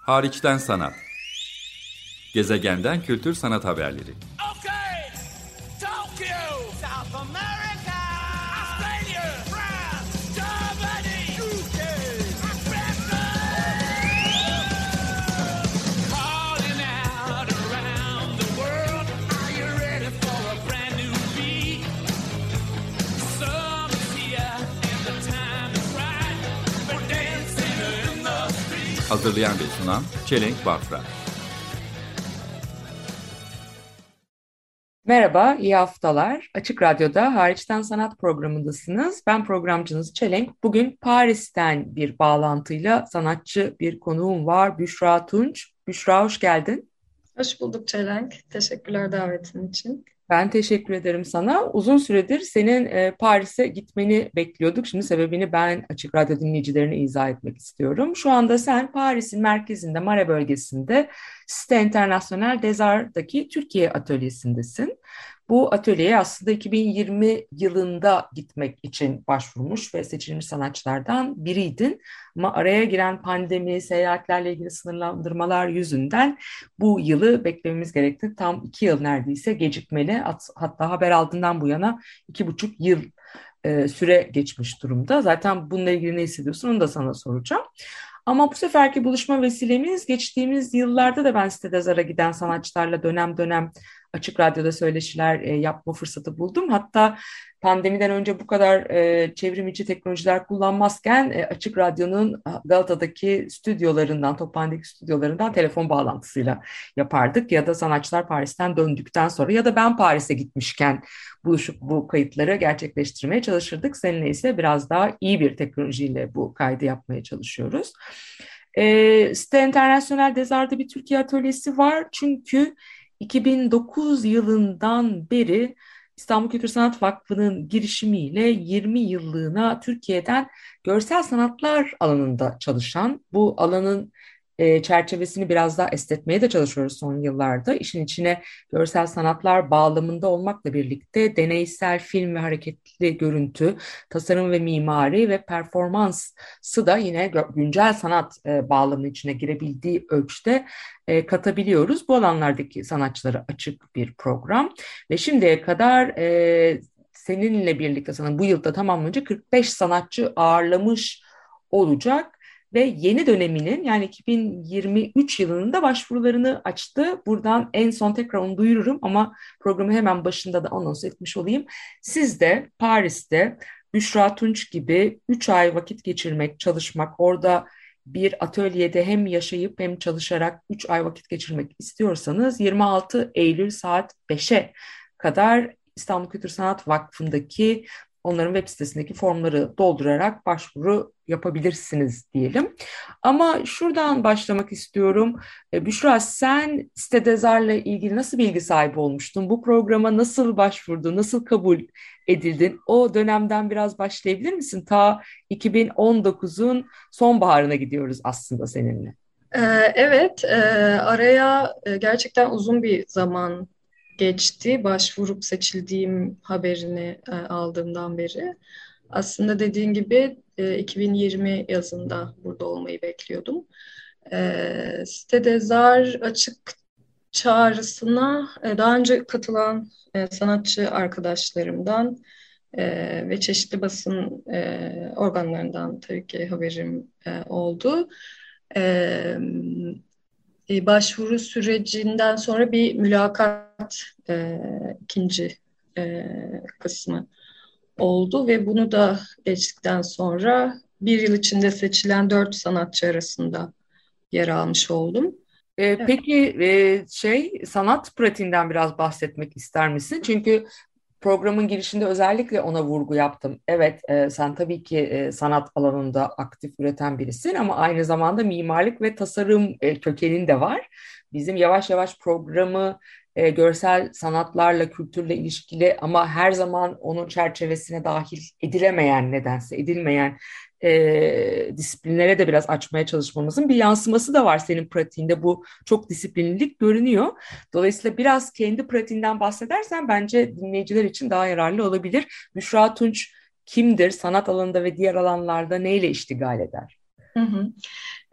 Hariçten sanat. Gezegenden kültür sanat haberleri. Okay, Tokyo, South America, Australia, France, Germany, UK, Africa. Calling out around the world. Are you ready for a brand new beat? Summer's here and the time is right. We're dancing in the street. Hazırlayan ve sunan Çelenk Bafra. Merhaba, iyi haftalar. Açık Radyo'da Hariçten Sanat programındasınız. Ben programcınız Çelenk. Bugün Paris'ten bir bağlantıyla sanatçı bir konuğum var. Büşra Tunç. Büşra, hoş geldin. Hoş bulduk Çelenk. Teşekkürler davetin için. Ben teşekkür ederim sana. Uzun süredir senin Paris'e gitmeni bekliyorduk. Şimdi sebebini ben Açık Radyo dinleyicilerine izah etmek istiyorum. Şu anda sen Paris'in merkezinde, Marais bölgesinde Cité Internationale des Arts'daki Türkiye atölyesindesin. Bu atölyeye aslında 2020 yılında gitmek için başvurmuş ve seçilmiş sanatçılardan biriydin. Ama araya giren pandemi, seyahatlerle ilgili sınırlandırmalar yüzünden bu yılı beklememiz gerekti. Tam 2 yıl neredeyse gecikmeli. Hatta haber aldığından bu yana 2,5 yıl süre geçmiş durumda. Zaten bununla ilgili ne hissediyorsun onu da sana soracağım. Ama bu seferki buluşma vesilemiz geçtiğimiz yıllarda da ben Cité des Arts'a giden sanatçılarla dönem dönem Açık Radyo'da söyleşiler yapma fırsatı buldum. Hatta pandemiden önce bu kadar çevrim içi teknolojiler kullanmazken Açık Radyo'nun Galata'daki stüdyolarından, Tophane'deki stüdyolarından telefon bağlantısıyla yapardık. Ya da sanatçılar Paris'ten döndükten sonra ya da ben Paris'e gitmişken buluşup bu kayıtları gerçekleştirmeye çalışırdık. Seninle ise biraz daha iyi bir teknolojiyle bu kaydı yapmaya çalışıyoruz. Cité Internationale des Arts'da bir Türkiye atölyesi var. Çünkü 2009 yılından beri İstanbul Kültür Sanat Vakfı'nın girişimiyle 20 yıllığına Türkiye'den görsel sanatlar alanında çalışan, bu alanın çerçevesini biraz daha esnetmeye de çalışıyoruz son yıllarda. İşin içine görsel sanatlar bağlamında olmakla birlikte deneysel film ve hareketli görüntü, tasarım ve mimari ve performansı da yine güncel sanat bağlamının içine girebildiği ölçüde katabiliyoruz. Bu alanlardaki sanatçılara açık bir program ve şimdiye kadar seninle birlikte sana bu yılda tamamlanınca 45 sanatçı ağırlamış olacak. Ve yeni döneminin yani 2023 yılının da başvurularını açtı. Buradan en son tekrar onu duyururum ama programı hemen başında da anons etmiş olayım. Siz de Paris'te Büşra Tunç gibi 3 ay vakit geçirmek, çalışmak, orada bir atölyede hem yaşayıp hem çalışarak 3 ay vakit geçirmek istiyorsanız 26 Eylül saat 5'e kadar İstanbul Kültür Sanat Vakfı'ndaki onların web sitesindeki formları doldurarak başvuru yapabilirsiniz diyelim. Ama şuradan başlamak istiyorum. Büşra, sen Cité des Arts'la ilgili nasıl bilgi sahibi olmuştun? Bu programa nasıl başvurdun? Nasıl kabul edildin? O dönemden biraz başlayabilir misin? Ta 2019'un sonbaharına gidiyoruz aslında seninle. Evet, araya gerçekten uzun bir zaman geçti. Başvurup seçildiğim haberini aldığımdan beri. Aslında dediğin gibi 2020 yazında burada olmayı bekliyordum. Cité des Arts açık çağrısına daha önce katılan sanatçı arkadaşlarımdan ve çeşitli basın organlarından tabii ki haberim oldu. Başvuru sürecinden sonra bir mülakat ikinci kısmı oldu ve bunu da geçtikten sonra bir yıl içinde seçilen 4 sanatçı arasında yer almış oldum. Peki sanat pratiğinden biraz bahsetmek ister misin? Çünkü programın girişinde özellikle ona vurgu yaptım. Evet, sen tabii ki sanat alanında aktif üreten birisin ama aynı zamanda mimarlık ve tasarım kökenin de var. Bizim yavaş yavaş programı görsel sanatlarla, kültürle ilişkili ama her zaman onun çerçevesine dahil edilmeyen disiplinlere de biraz açmaya çalışmamızın bir yansıması da var senin pratiğinde. Bu çok disiplinlilik görünüyor. Dolayısıyla biraz kendi pratiğinden bahsedersen bence dinleyiciler için daha yararlı olabilir. Büşra Tunç kimdir? Sanat alanında ve diğer alanlarda neyle iştigal eder? Hı hı.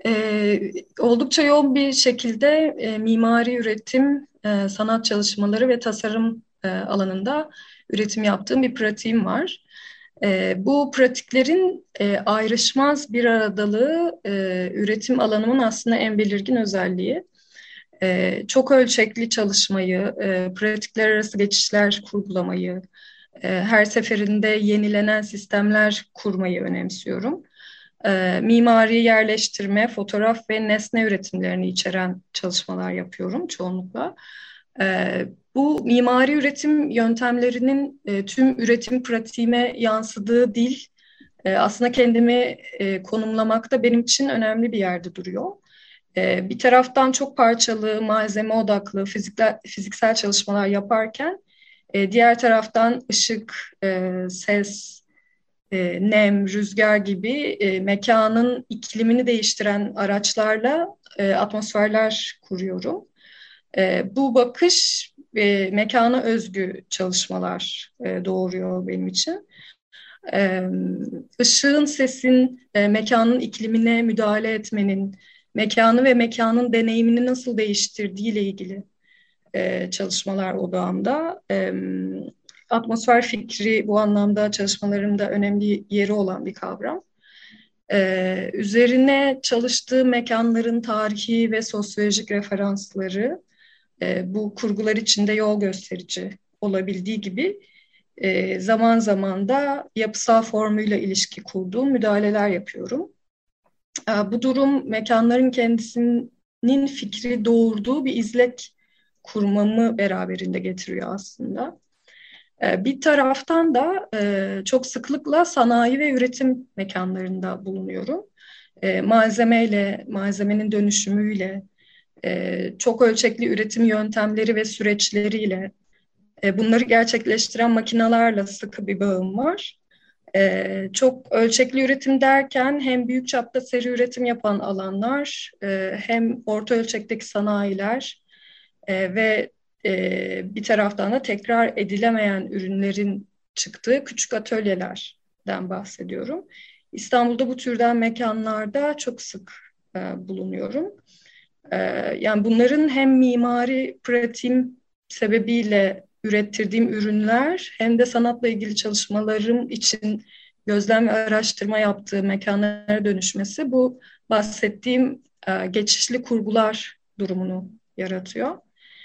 Oldukça yoğun bir şekilde mimari üretim, sanat çalışmaları ve tasarım alanında üretim yaptığım bir pratiğim var. Bu pratiklerin ayrışmaz bir aradalığı üretim alanımın aslında en belirgin özelliği. Çok ölçekli çalışmayı, pratikler arası geçişler kurgulamayı, her seferinde yenilenen sistemler kurmayı önemsiyorum. Mimari yerleştirme, fotoğraf ve nesne üretimlerini içeren çalışmalar yapıyorum çoğunlukla. Bu mimari üretim yöntemlerinin tüm üretim pratiğime yansıdığı dil aslında kendimi konumlamakta benim için önemli bir yerde duruyor. Bir taraftan çok parçalı, malzeme odaklı, fiziksel çalışmalar yaparken diğer taraftan ışık, ses, nem, rüzgar gibi mekanın iklimini değiştiren araçlarla atmosferler kuruyorum. Bu bakış mekana özgü çalışmalar doğuruyor benim için. Işığın, sesin, mekanın iklimine müdahale etmenin, mekanı ve mekanın deneyimini nasıl değiştirdiğiyle ilgili çalışmalar odağımda. Atmosfer fikri bu anlamda çalışmalarımda önemli yeri olan bir kavram. Üzerine çalıştığım mekanların tarihi ve sosyolojik referansları bu kurgular içinde yol gösterici olabildiği gibi zaman zaman da yapısal formuyla ilişki kurduğum müdahaleler yapıyorum. Bu durum mekanların kendisinin fikri doğurduğu bir izlek kurmamı beraberinde getiriyor aslında. Bir taraftan da çok sıklıkla sanayi ve üretim mekanlarında bulunuyorum. Malzemeyle, malzemenin dönüşümüyle, çok ölçekli üretim yöntemleri ve süreçleriyle, bunları gerçekleştiren makinelerle sıkı bir bağım var. Çok ölçekli üretim derken hem büyük çapta seri üretim yapan alanlar, hem orta ölçekteki sanayiler ve bir taraftan da tekrar edilemeyen ürünlerin çıktığı küçük atölyelerden bahsediyorum. İstanbul'da bu türden mekanlarda çok sık bulunuyorum. Yani bunların hem mimari pratiğim sebebiyle ürettirdiğim ürünler hem de sanatla ilgili çalışmalarım için gözlem ve araştırma yaptığım mekanlara dönüşmesi bu bahsettiğim geçişli kurgular durumunu yaratıyor.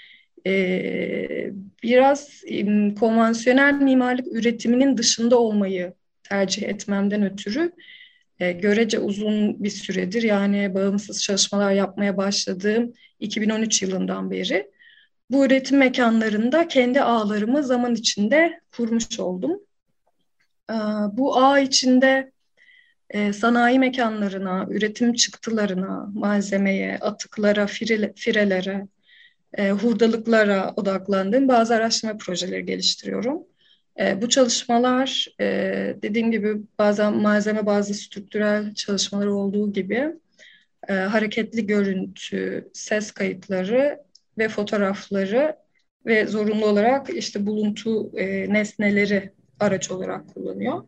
Biraz konvansiyonel mimarlık üretiminin dışında olmayı tercih etmemden ötürü görece uzun bir süredir, yani bağımsız çalışmalar yapmaya başladığım 2013 yılından beri bu üretim mekanlarında kendi ağlarımı zaman içinde kurmuş oldum. Bu ağ içinde sanayi mekanlarına, üretim çıktılarına, malzemeye, atıklara, firelere, hurdalıklara odaklandığım bazı araştırma projeleri geliştiriyorum. Bu çalışmalar dediğim gibi bazen malzeme bazı strüktürel çalışmalar olduğu gibi hareketli görüntü, ses kayıtları ve fotoğrafları ve zorunlu olarak işte buluntu nesneleri araç olarak kullanıyor.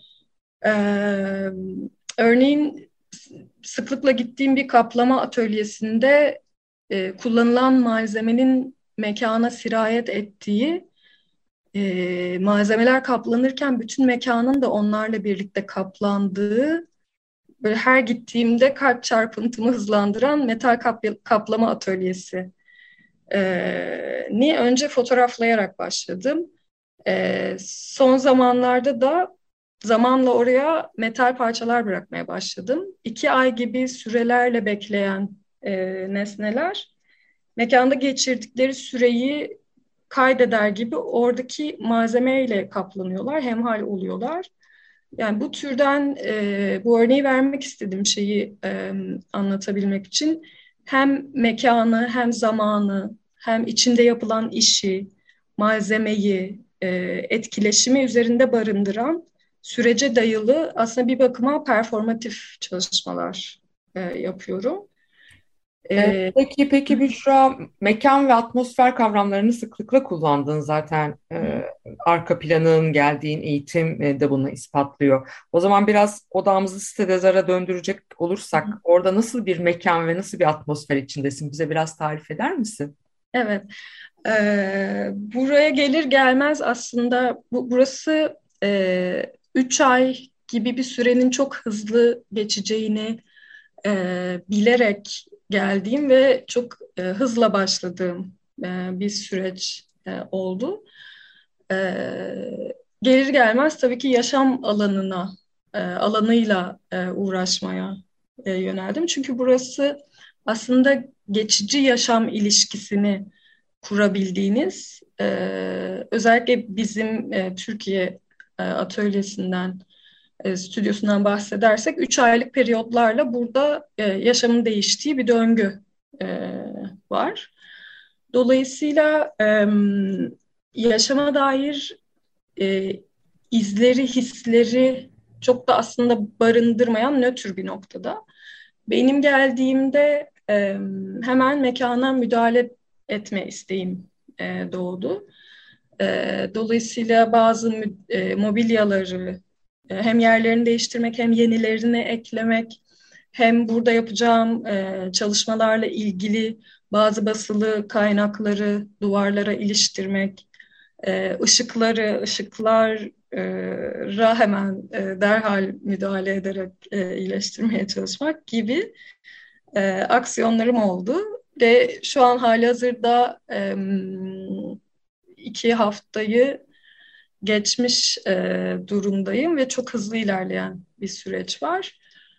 Örneğin sıklıkla gittiğim bir kaplama atölyesinde kullanılan malzemenin mekana sirayet ettiği, malzemeler kaplanırken bütün mekanın da onlarla birlikte kaplandığı, böyle her gittiğimde kalp çarpıntımı hızlandıran metal kaplama atölyesi. Ni önce fotoğraflayarak başladım. Son zamanlarda da zamanla oraya metal parçalar bırakmaya başladım. 2 ay gibi sürelerle bekleyen nesneler mekanda geçirdikleri süreyi kaydeder gibi oradaki malzemeyle kaplanıyorlar, hemhal oluyorlar. Yani bu türden bu örneği vermek istediğim şeyi anlatabilmek için hem mekanı, hem zamanı, hem içinde yapılan işi, malzemeyi, etkileşimi üzerinde barındıran sürece dayalı aslında bir bakıma performatif çalışmalar yapıyorum. E, Peki Büşra, mekan ve atmosfer kavramlarını sıklıkla kullandın zaten. Arka planın, geldiğin eğitim de bunu ispatlıyor. O zaman biraz odağımızı Sitedezar'a döndürecek olursak, orada nasıl bir mekan ve nasıl bir atmosfer içindesin? Bize biraz tarif eder misin? evet. Buraya gelir gelmez aslında burası 3 ay gibi bir sürenin çok hızlı geçeceğini bilerek geldiğim ve çok hızla başladığım bir süreç oldu. Gelir gelmez tabii ki yaşam alanıyla uğraşmaya yöneldim. Çünkü burası aslında geçici yaşam ilişkisini kurabildiğiniz, özellikle bizim Türkiye atölyesinden, stüdyosundan bahsedersek 3 aylık periyotlarla burada yaşamın değiştiği bir döngü e, var. Dolayısıyla yaşama dair e, izleri, hisleri çok da aslında barındırmayan nötr bir noktada. Benim geldiğimde hemen mekana müdahale etme isteğim doğdu. Dolayısıyla bazı mobilyaları hem yerlerini değiştirmek hem yenilerini eklemek hem burada yapacağım çalışmalarla ilgili bazı basılı kaynakları duvarlara iliştirmek, ışıklara hemen derhal müdahale ederek iyileştirmeye çalışmak gibi aksiyonlarım oldu. Ve şu an halihazırda 2 haftayı geçmiş durumdayım ve çok hızlı ilerleyen bir süreç var.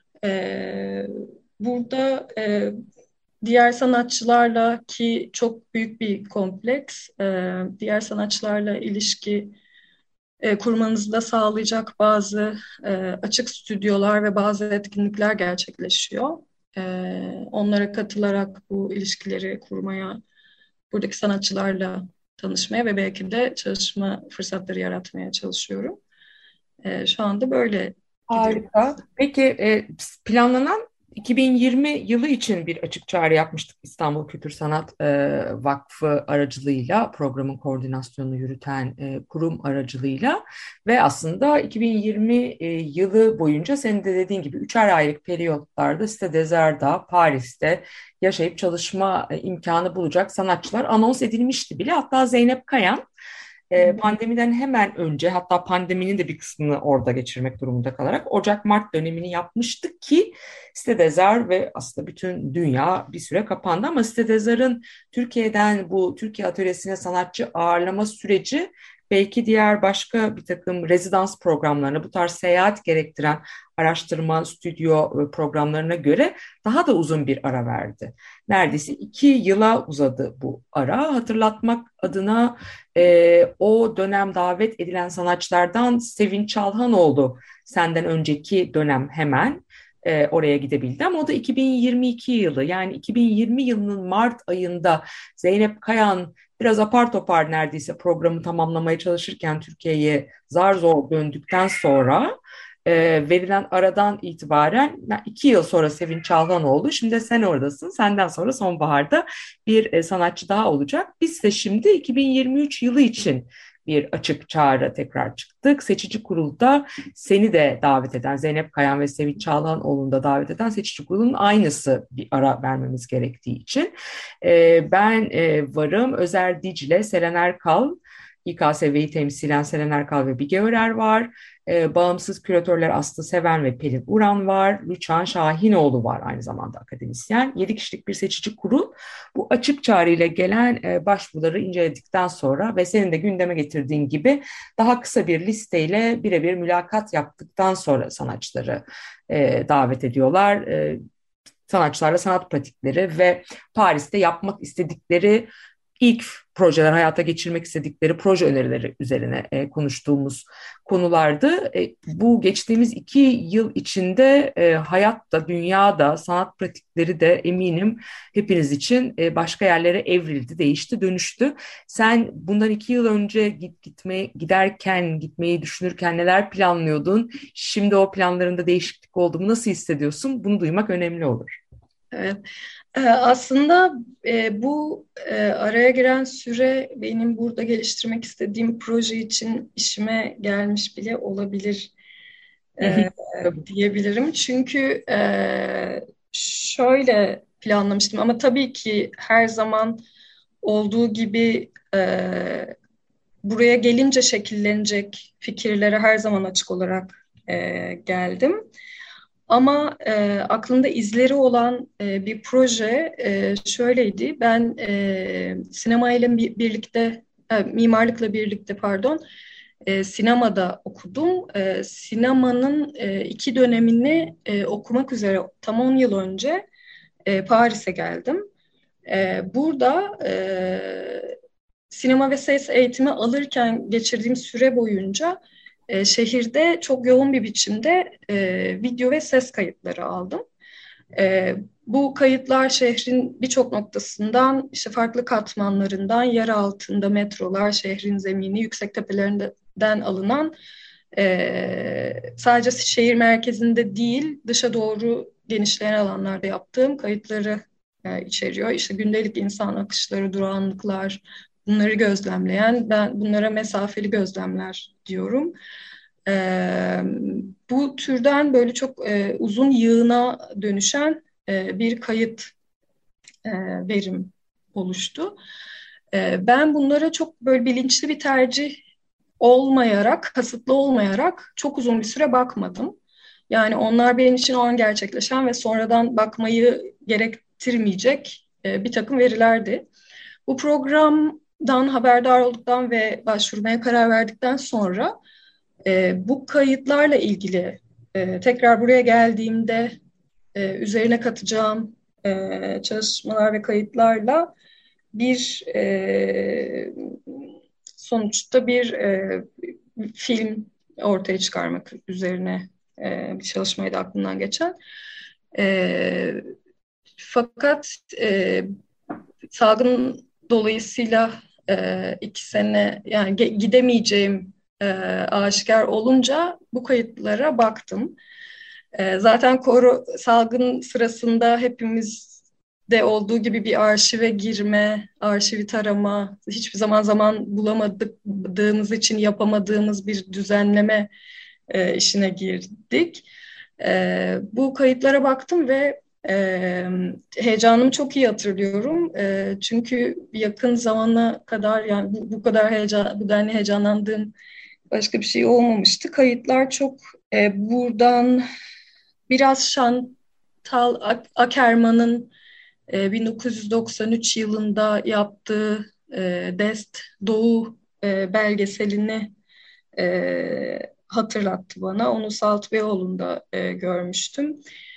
E, Burada diğer sanatçılarla ki çok büyük bir kompleks, diğer sanatçılarla ilişki kurmanızı da sağlayacak bazı açık stüdyolar ve bazı etkinlikler gerçekleşiyor. Onlara katılarak bu ilişkileri kurmaya, buradaki sanatçılarla tanışmaya ve belki de çalışma fırsatları yaratmaya çalışıyorum. Şu anda böyle gidiyor. Harika. Peki planlanan 2020 yılı için bir açık çağrı yapmıştık İstanbul Kültür Sanat Vakfı aracılığıyla, programın koordinasyonunu yürüten kurum aracılığıyla ve aslında 2020 yılı boyunca senin de dediğin gibi 3'er aylık periyotlarda Cité des Arts'da, Paris'te yaşayıp çalışma imkanı bulacak sanatçılar anons edilmişti bile. Hatta Zeynep Kayan pandemiden hemen önce, hatta pandeminin de bir kısmını orada geçirmek durumunda kalarak Ocak-Mart dönemini yapmıştık ki Sitedezar ve aslında bütün dünya bir süre kapandı, ama Sitedezar'ın Türkiye'den bu Türkiye atölyesine sanatçı ağırlama süreci belki diğer başka bir takım rezidans programlarına, bu tarz seyahat gerektiren araştırma, stüdyo programlarına göre daha da uzun bir ara verdi. Neredeyse 2 yıla uzadı bu ara. Hatırlatmak adına o dönem davet edilen sanatçılardan Sevinç Çalhanoğlu senden önceki dönem hemen oraya gidebildi, ama o da 2022 yılı, yani 2020 yılının Mart ayında Zeynep Kayan biraz apar topar neredeyse programı tamamlamaya çalışırken Türkiye'ye zar zor döndükten sonra verilen aradan itibaren 2 yıl sonra Sevinç Çağlanoğlu, şimdi sen oradasın. Senden sonra sonbaharda bir sanatçı daha olacak. Biz de şimdi 2023 yılı için bir açık çağrı tekrar çıktık. Seçici kurulda seni de davet eden, Zeynep Kayan ve Sevinç Çağlanoğlu'nu da davet eden seçici kurulun aynısı bir ara vermemiz gerektiği için. Ben varım, Özer Dicle, Selen Erkal, İKSV'yi temsilen Selen Erkal ve Bige Örer var. Bağımsız küratörler Aslı Seven ve Pelin Uran var. Rüçhan Şahinoğlu var, aynı zamanda akademisyen. 7 kişilik bir seçici kurul. Bu açık çağrı ile gelen başvuruları inceledikten sonra ve senin de gündeme getirdiğin gibi daha kısa bir listeyle birebir mülakat yaptıktan sonra sanatçıları davet ediyorlar. Sanatçılarla sanat pratikleri ve Paris'te yapmak istedikleri ilk projeler, hayata geçirmek istedikleri proje önerileri üzerine konuştuğumuz konulardı. Bu geçtiğimiz 2 yıl içinde hayatta, dünyada, sanat pratikleri de eminim hepiniz için başka yerlere evrildi, değişti, dönüştü. Sen bundan 2 yıl önce gitmeyi düşünürken neler planlıyordun? Şimdi o planlarında değişiklik oldu mu? Nasıl hissediyorsun? Bunu duymak önemli olur. Evet. Aslında bu araya giren süre benim burada geliştirmek istediğim proje için işime gelmiş bile olabilir Tabii. diyebilirim. Çünkü şöyle planlamıştım ama tabii ki her zaman olduğu gibi buraya gelince şekillenecek fikirlere her zaman açık olarak geldim. Ama aklımda izleri olan bir proje şöyleydi. Ben sinema ile birlikte, mimarlıkla birlikte pardon, sinemada okudum. Sinemanın iki dönemini okumak üzere tam 10 yıl önce Paris'e geldim. Burada sinema ve ses eğitimi alırken geçirdiğim süre boyunca şehirde çok yoğun bir biçimde video ve ses kayıtları aldım. Bu kayıtlar şehrin birçok noktasından, işte farklı katmanlarından, yer altında metrolar, şehrin zemini, yüksek tepelerinden alınan sadece şehir merkezinde değil, dışa doğru genişleyen alanlarda yaptığım kayıtları içeriyor. İşte gündelik insan akışları, durağanlıklar, bunları gözlemleyen, ben bunlara mesafeli gözlemler diyorum. Bu türden böyle çok uzun yığına dönüşen bir kayıt verim oluştu. Ben bunlara çok böyle bilinçli bir tercih olmayarak, kasıtlı olmayarak çok uzun bir süre bakmadım. Yani onlar benim için o an gerçekleşen ve sonradan bakmayı gerektirmeyecek bir takım verilerdi. Bu programdan haberdar olduktan ve başvurmaya karar verdikten sonra bu kayıtlarla ilgili tekrar buraya geldiğimde üzerine katacağım çalışmalar ve kayıtlarla bir sonuçta bir film ortaya çıkarmak üzerine bir çalışmaydı aklımdan geçen. Fakat salgın dolayısıyla 2 sene yani gidemeyeceğim aşikar olunca bu kayıtlara baktım. Zaten salgın sırasında hepimiz de olduğu gibi bir arşive girme, arşivi tarama, hiçbir zaman bulamadığımız için yapamadığımız bir düzenleme işine girdik. Bu kayıtlara baktım ve heyecanımı çok iyi hatırlıyorum. Çünkü yakın zamana kadar yani bu kadar bu denli heyecanlandığım başka bir şey olmamıştı. Kayıtlar çok buradan biraz Chantal Akerman'ın 1993 yılında yaptığı Dest Doğu belgeselini hatırlattı bana. Onu Salt Beyoğlu'nda görmüştüm.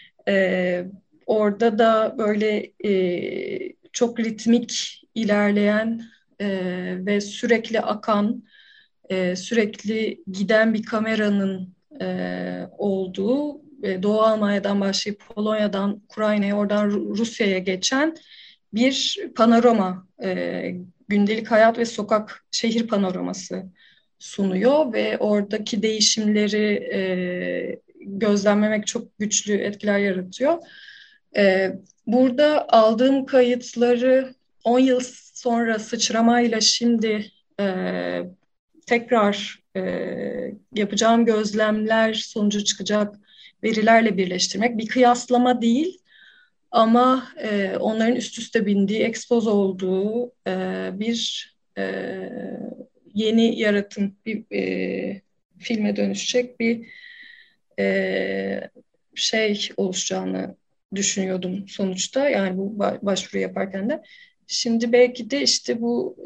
Orada da böyle çok ritmik ilerleyen ve sürekli akan, sürekli giden bir kameranın olduğu, Doğu Almanya'dan başlayıp Polonya'dan Ukrayna'ya, oradan Rusya'ya geçen bir panorama, gündelik hayat ve sokak, şehir panoraması sunuyor ve oradaki değişimleri gözlemlemek çok güçlü etkiler yaratıyor. Burada aldığım kayıtları 10 yıl sonra sıçramayla şimdi tekrar yapacağım gözlemler sonucu çıkacak verilerle birleştirmek bir kıyaslama değil ama onların üst üste bindiği, ekspoz olduğu bir yeni yaratım, bir filme dönüşecek bir şey oluşacağını düşünüyordum sonuçta. Yani bu başvuru yaparken de. Şimdi belki de işte bu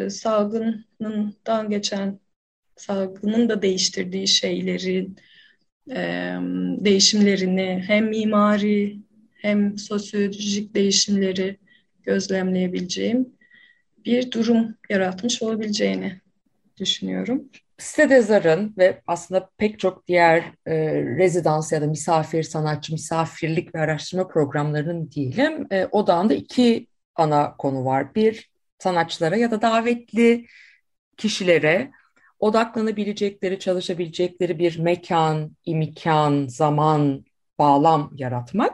salgının da değiştirdiği şeylerin değişimlerini hem mimari hem sosyolojik değişimleri gözlemleyebileceğim bir durum yaratmış olabileceğini düşünüyorum. Stedezar'ın ve aslında pek çok diğer rezidans ya da misafir sanatçı, misafirlik ve araştırma programlarının diyelim odağında iki ana konu var. Bir, sanatçılara ya da davetli kişilere odaklanabilecekleri, çalışabilecekleri bir mekan, imkan, zaman, bağlam yaratmak.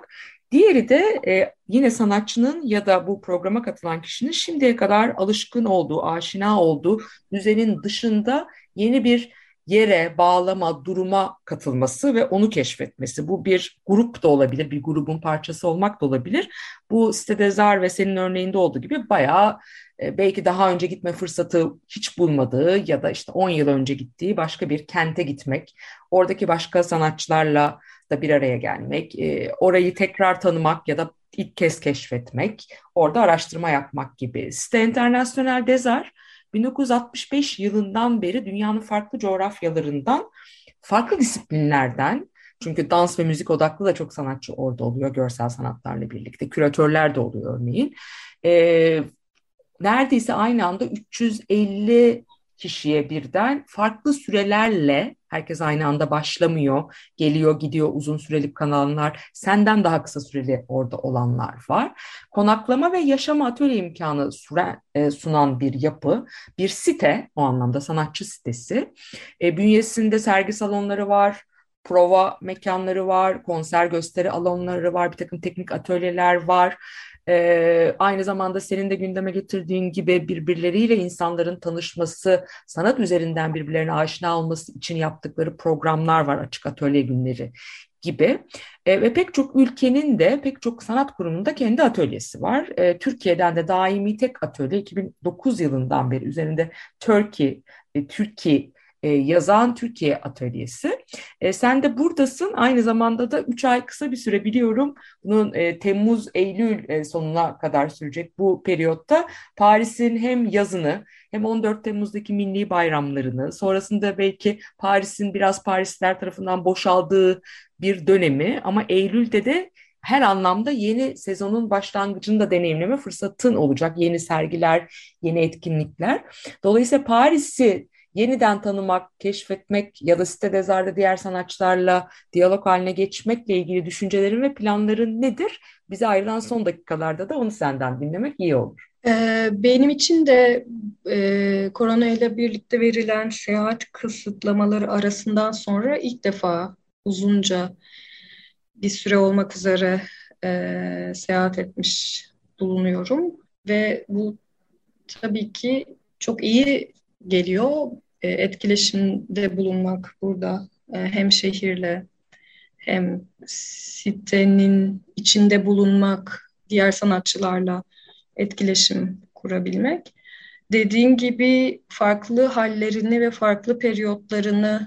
Diğeri de yine sanatçının ya da bu programa katılan kişinin şimdiye kadar alışkın olduğu, aşina olduğu düzenin dışında yeni bir yere, bağlama, duruma katılması ve onu keşfetmesi. Bu bir grup da olabilir, bir grubun parçası olmak da olabilir. Bu sitede Zar ve senin örneğinde olduğu gibi bayağı belki daha önce gitme fırsatı hiç bulmadığı ya da işte 10 yıl önce gittiği başka bir kente gitmek, oradaki başka sanatçılarla da bir araya gelmek, orayı tekrar tanımak ya da ilk kez keşfetmek, orada araştırma yapmak gibi. Site International Desar 1965 yılından beri dünyanın farklı coğrafyalarından, farklı disiplinlerden, çünkü dans ve müzik odaklı da çok sanatçı orada oluyor, görsel sanatlarla birlikte. Küratörler de oluyor örneğin. E, Neredeyse aynı anda 350 kişiye birden farklı sürelerle, herkes aynı anda başlamıyor, geliyor gidiyor, uzun süreli kalanlar, senden daha kısa süreli orada olanlar var. Konaklama ve yaşama atölye imkanı sunan bir yapı, bir site, o anlamda sanatçı sitesi. Bünyesinde sergi salonları var, prova mekanları var, konser gösteri alanları var, bir takım teknik atölyeler var. Aynı zamanda senin de gündeme getirdiğin gibi birbirleriyle insanların tanışması, sanat üzerinden birbirlerine aşina olması için yaptıkları programlar var, açık atölye günleri gibi. Ve pek çok ülkenin de, pek çok sanat kurumunun da kendi atölyesi var. Türkiye'den de daimi tek atölye 2009 yılından beri üzerinde Türkiye yazan Türkiye Atölyesi. Sen de buradasın. Aynı zamanda da 3 ay kısa bir süre biliyorum. Bunun Temmuz-Eylül sonuna kadar sürecek bu periyotta Paris'in hem yazını hem 14 Temmuz'daki milli bayramlarını, sonrasında belki Paris'in biraz Parisliler tarafından boşaldığı bir dönemi, ama Eylül'de de her anlamda yeni sezonun başlangıcını da deneyimleme fırsatın olacak. Yeni sergiler, yeni etkinlikler. Dolayısıyla Paris'i yeniden tanımak, keşfetmek ya da site Dezar'da diğer sanatçılarla diyalog haline geçmekle ilgili düşüncelerin ve planların nedir? Bize ayrılan son dakikalarda da onu senden dinlemek iyi olur. Benim için de korona ile birlikte verilen seyahat kısıtlamaları arasından sonra ilk defa uzunca bir süre olmak üzere seyahat etmiş bulunuyorum ve bu tabii ki çok iyi geliyor. Etkileşimde bulunmak burada hem şehirle hem sitenin içinde bulunmak, diğer sanatçılarla etkileşim kurabilmek. Dediğin gibi farklı hallerini ve farklı periyotlarını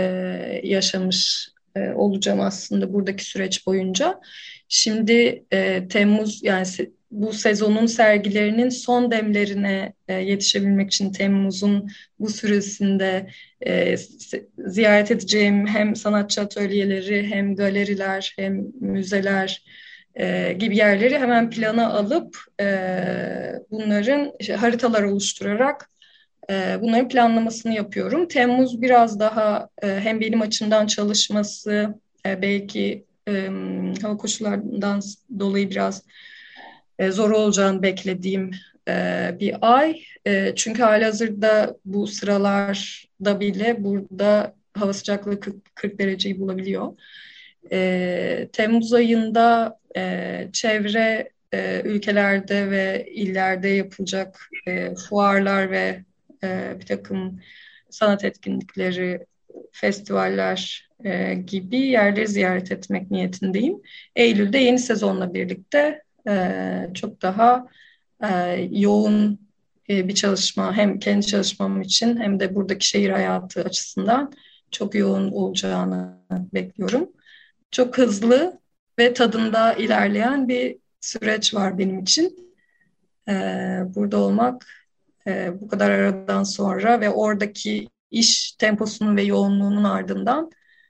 yaşamış olacağım aslında buradaki süreç boyunca. Şimdi Temmuz, yani bu sezonun sergilerinin son demlerine yetişebilmek için Temmuz'un bu süresinde ziyaret edeceğim hem sanatçı atölyeleri hem galeriler hem müzeler gibi yerleri hemen plana alıp bunların haritalar oluşturarak bunların planlamasını yapıyorum. Temmuz biraz daha hem benim açımdan çalışması belki hava koşullarından dolayı biraz zor olacağını beklediğim bir ay. Çünkü halihazırda bu sıralarda bile burada hava sıcaklığı 40 dereceyi bulabiliyor. Temmuz ayında çevre ülkelerde ve illerde yapılacak fuarlar ve bir takım sanat etkinlikleri, festivaller gibi yerleri ziyaret etmek niyetindeyim. Eylül'de yeni sezonla birlikte çok daha yoğun bir çalışma, hem kendi çalışmam için hem de buradaki şehir hayatı açısından çok yoğun olacağını bekliyorum. Çok hızlı ve tadında ilerleyen bir süreç var benim için. Burada olmak bu kadar aradan sonra ve oradaki iş temposunun ve yoğunluğunun ardından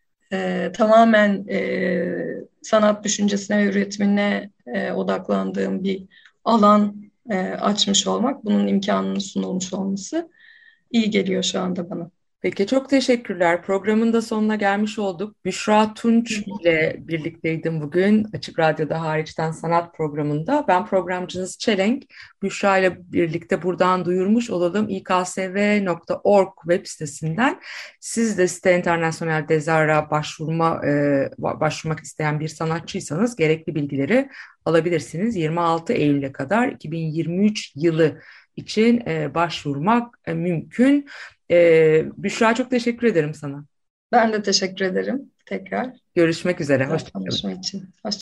tamamen sanat düşüncesine ve üretimine odaklandığım bir alan açmış olmak, bunun imkanını sunulmuş olması iyi geliyor şu anda bana. Peki çok teşekkürler. Programın da sonuna gelmiş olduk. Büşra Tunç ile birlikteydim bugün Açık Radyo'da Hariçten Sanat programında. Ben programcınız Çelenk. Büşra ile birlikte buradan duyurmuş olalım. iksv.org web sitesinden. Siz de Site International des Arts'a başvurmak isteyen bir sanatçıysanız gerekli bilgileri alabilirsiniz. 26 Eylül'e kadar 2023 yılı için başvurmak mümkün. Büşra çok teşekkür ederim sana. Ben de teşekkür ederim tekrar Görüşmek üzere. güzel Hoşça kalın. konuşma için. Hoşça